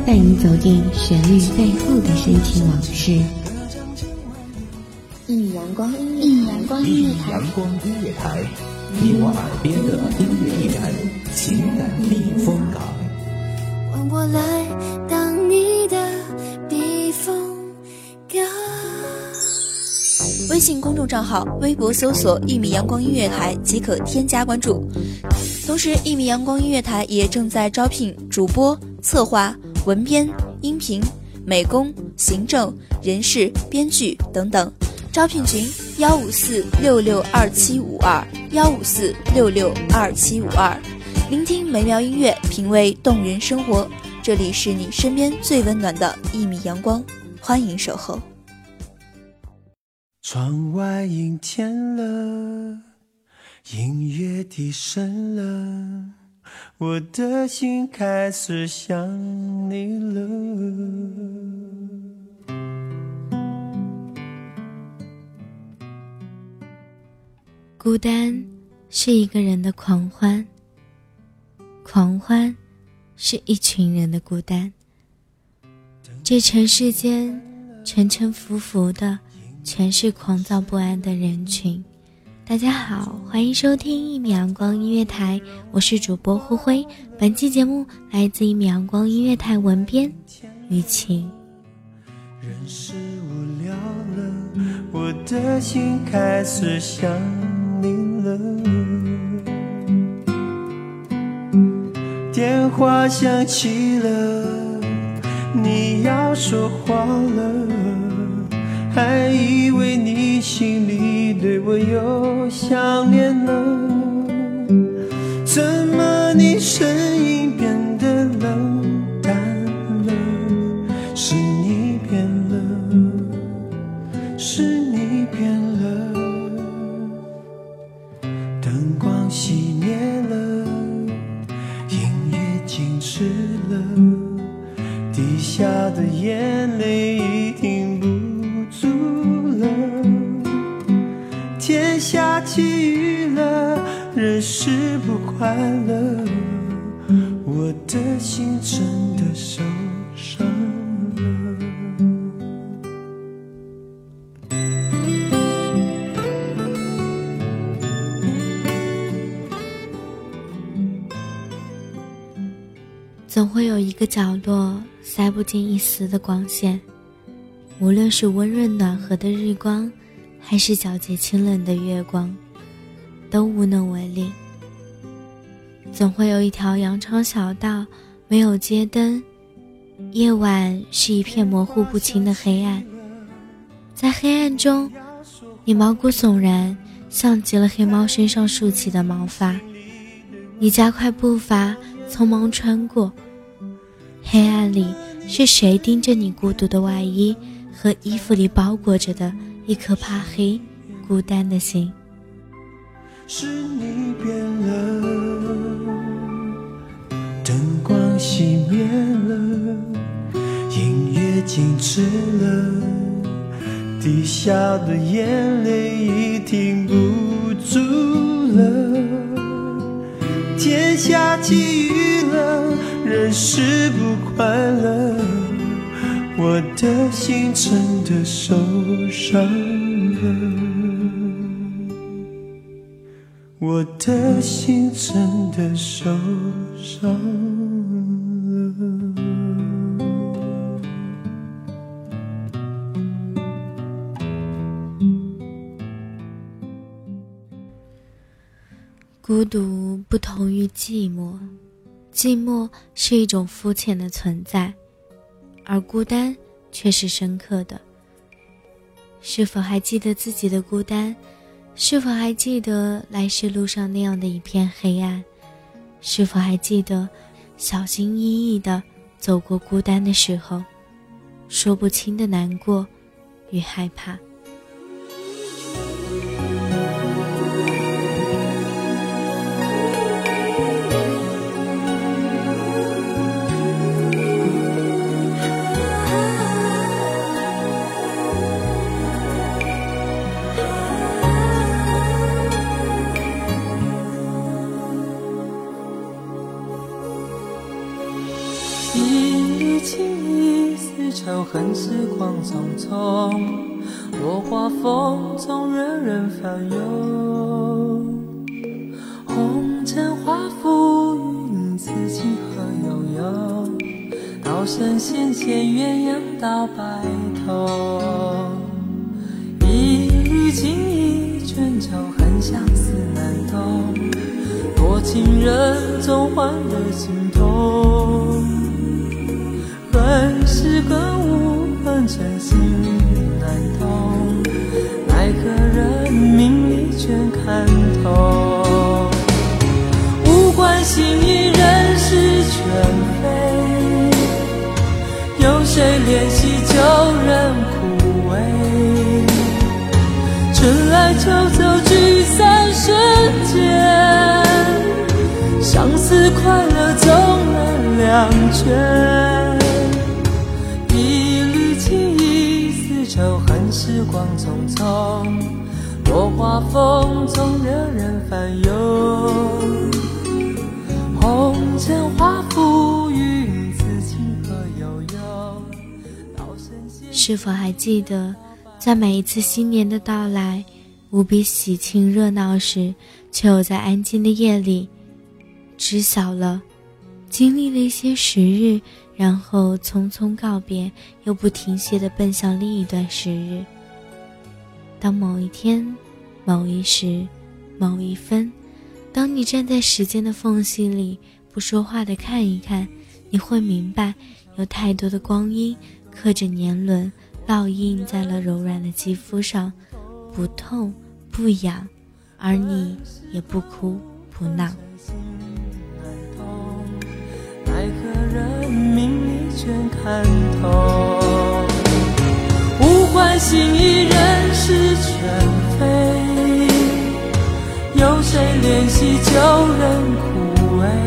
带你走进旋律背后的深情往事。 一米阳光音乐台，你我耳边的音乐驿站，情感避风港。 换我来当你的避风港。微信公众账号、微博搜索“一米阳光音乐台”即可添加关注。同时，一米阳光音乐台也正在招聘主播、策划、文编、音频、美工、行政、人事、编剧等等。招聘群154662752，154662752。聆听美妙音乐，品味动人生活，这里是你身边最温暖的一米阳光，欢迎守候。 窗外阴天了，音乐低声了，我的心开始想你了。 孤单是一个人的狂欢，狂欢是一群人的孤单。这尘世间沉沉浮浮的全是狂躁不安的人群。大家好，欢迎收听一米阳光音乐台，我是主播胡辉。本期节目来自一米阳光音乐台文编雨晴。 人是无聊了，我的心开始想你了。电话响起了，你要说话了，还以为你心里对我有想念了，怎么你声音变得冷淡了？是你变了，是你变了。灯光熄灭了，音乐静止了，滴下的眼泪已停不住了。天下起雨了，人是不快乐，我的心真的受伤了。 总会有一个角落塞不进一丝的光线，无论是温润暖和的日光，还是皎洁清冷的月光，都无能为力。总会有一条羊肠小道，没有街灯，夜晚是一片模糊不清的黑暗。在黑暗中，你毛骨悚然，像极了黑猫身上竖起的毛发。你加快步伐，匆忙穿过。黑暗里，是谁盯着你孤独的外衣和衣服里包裹着的一颗怕黑孤单的心？ 是你变了，灯光熄灭了，音乐静止了，滴下的眼泪已停不住了。天下起雨了，人是不快乐，我的心真的受伤了，我的心真的受伤了。 孤独不同于寂寞，寂寞是一种肤浅的存在，而孤单却是深刻的。是否还记得自己的孤单？是否还记得来时路上那样的一片黑暗？是否还记得小心翼翼地走过孤单的时候，说不清的难过与害怕？ 已经仇恨时光匆匆，落花风中人人烦忧。红尘化浮云，此情何悠悠，道声仙牵鸳鸯到白头。一缕情意卷愁，恨相思难懂，多情人总换得心痛。恨是恨无恨真心难懂，奈何人命里全看透。无关心意人事全非，有谁怜惜旧人枯萎。春来秋走聚散瞬间，相思快乐总难两全。一缕情意丝绸，恨时光匆匆，落花风中惹人烦忧。红尘化浮云，此情何悠悠。 是否还记得在每一次新年的到来，无比喜庆热闹时，却又在安静的夜里知晓了，经历了一些时日，然后匆匆告别，又不停歇地奔向另一段时日。当某一天，某一时，某一分，当你站在时间的缝隙里不说话地看一看，你会明白，有太多的光阴刻着年轮，烙印在了柔软的肌肤上，不痛不痒，而你也不哭不闹。 奈何人命里全看透，无关心意人事全非，有谁怜惜旧人枯萎。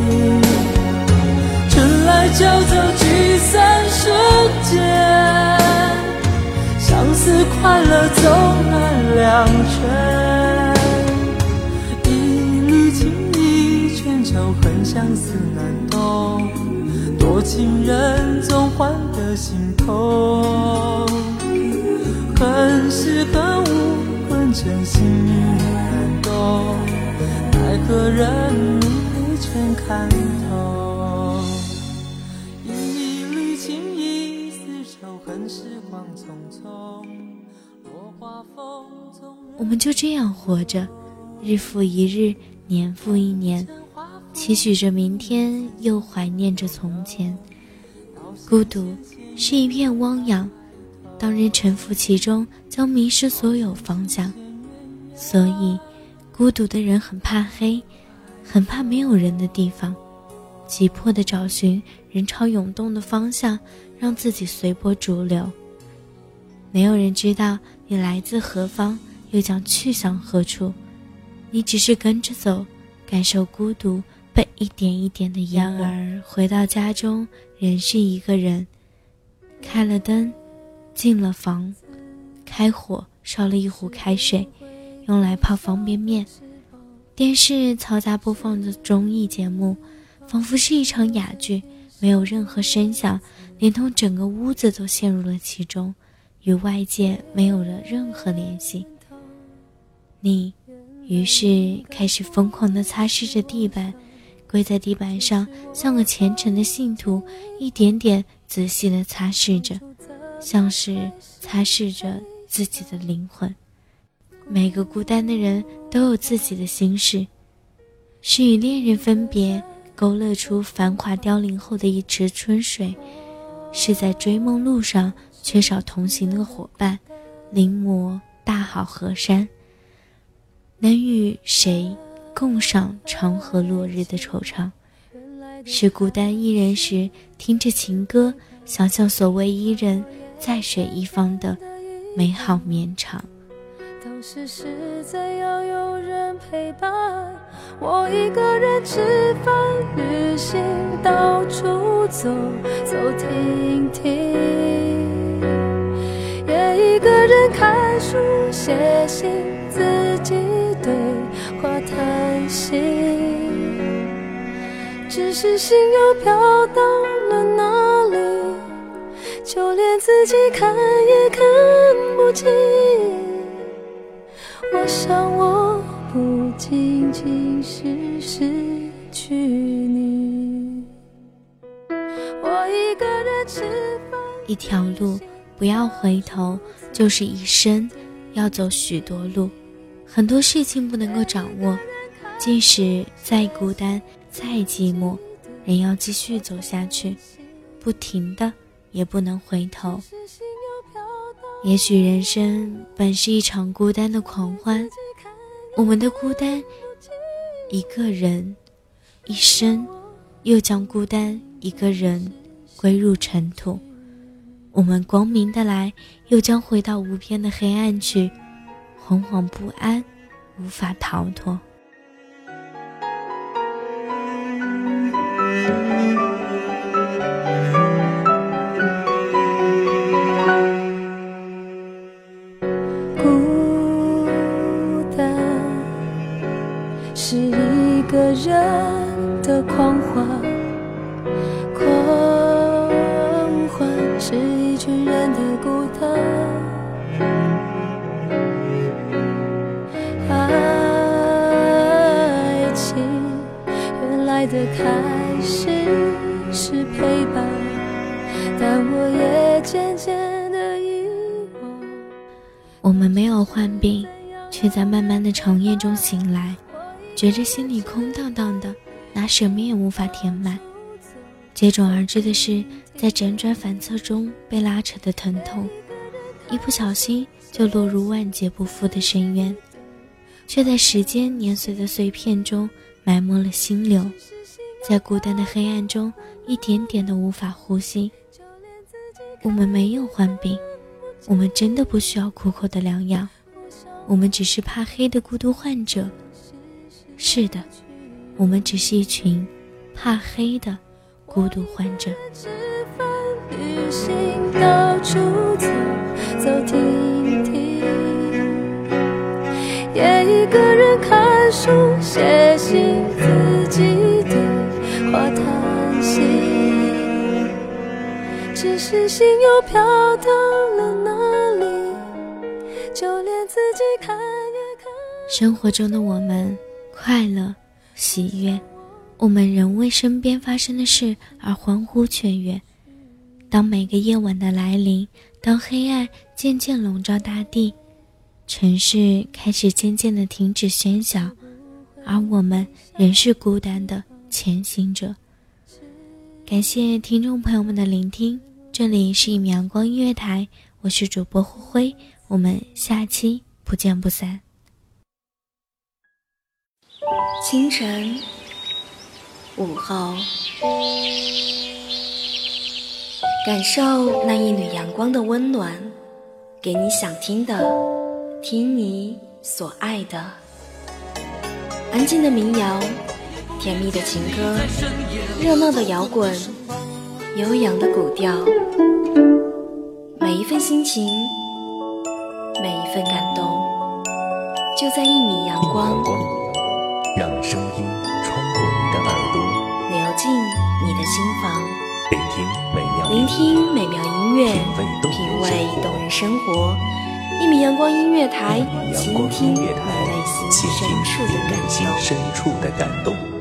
春来秋走聚散瞬间，相思快乐总难两全。一缕情意卷愁，恨相思难懂，多情人总换得心痛。恨是恨无恨真心难懂，奈何人命里全看透。一缕情意丝绸，恨时光匆匆，落花风中。 我们就这样活着，日复一日，年复一年，期许着明天，又怀念着从前。孤独是一片汪洋，当人沉浮其中，将迷失所有方向。所以孤独的人很怕黑，很怕没有人的地方，急迫地找寻人潮涌动的方向，让自己随波逐流。没有人知道你来自何方，又将去向何处，你只是跟着走，感受孤独被一点一点的淹没。然而回到家中，仍是一个人，开了灯，进了房，开火烧了一壶开水，用来泡方便面。电视嘈杂播放的综艺节目，仿佛是一场哑剧，没有任何声响，连同整个屋子都陷入了其中，与外界没有了任何联系。你于是开始疯狂地擦拭着地板，跪在地板上，像个虔诚的信徒，一点点仔细地擦拭着，像是擦拭着自己的灵魂。每个孤单的人都有自己的心事，是与恋人分别，勾勒出繁华凋零后的一池春水，是在追梦路上缺少同行的伙伴，临摹大好河山。能与谁共赏长河落日的惆怅，是孤单一人时听着情歌，想象所谓伊人在水一方的美好绵长。 当时实在要有人陪伴，我一个人吃饭旅行，到处走走停停，也一个人看书写信，自己对话谈心，只是心又飘到了哪里，就就连自己看也看不清。我想我不仅仅是失去你，我一个人吃饭。 一条路不要回头，就是一生要走许多路。很多事情不能够掌握，即使再孤单再寂寞，人要继续走下去，不停的也不能回头。也许人生本是一场孤单的狂欢，我们的孤单一个人，一生又将孤单一个人归入尘土。我们光明的来，又将回到无边的黑暗去，惶惶不安，无法逃脱。 孤单是一个人的狂欢，狂欢是一群人的孤单。爱情原来的开始是陪伴，但我也渐渐的遗忘。 我们没有患病，却在漫漫的长夜中醒来，觉着心里空荡荡的，拿什么也无法填满。接踵而至的是在辗转反侧中被拉扯的疼痛，一不小心就落入万劫不复的深渊，却在时间碾碎的碎片中埋没了心流，在孤单的黑暗中一点点的无法呼吸。我们没有患病，我们真的不需要苦口的良药，我们只是怕黑的孤独患者。是的，我们只是一群怕黑的孤独患者。 吃饭旅行到处走走停停，也一个人看书写信，自己对话叹息，只是心又飘到了哪里，就连自己看也看。 生活中的我们快乐喜悦，我们仍为身边发生的事而欢呼雀跃。当每个夜晚的来临，当黑暗渐渐笼罩大地，城市开始渐渐地停止喧嚣，而我们仍是孤单的前行者。感谢听众朋友们的聆听，这里是一米阳光音乐台，我是主播灰灰，我们下期不见不散。 清晨，午后，感受那一缕阳光的温暖，给你想听的，听你所爱的。安静的民谣，甜蜜的情歌，热闹的摇滚，悠扬的古调，每一份心情，每一份感动，就在一米阳光， 让声音穿过你的耳朵， 流进你的心房， 聆听美妙音乐，品味动人生活。一米阳光音乐台，倾听你内心深处的感动。